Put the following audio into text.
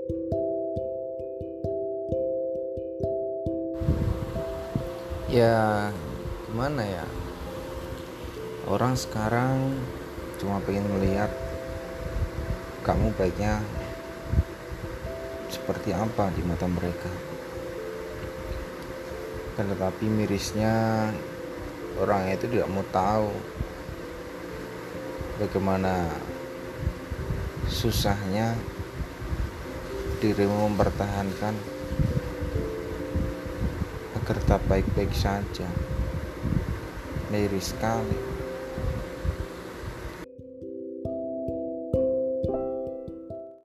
Ya gimana ya, orang sekarang cuma pengen melihat kamu baiknya seperti apa di mata mereka. Tetapi mirisnya, orang itu tidak mau tahu bagaimana susahnya dirimu mempertahankan agar tetap baik-baik saja. Miris sekali.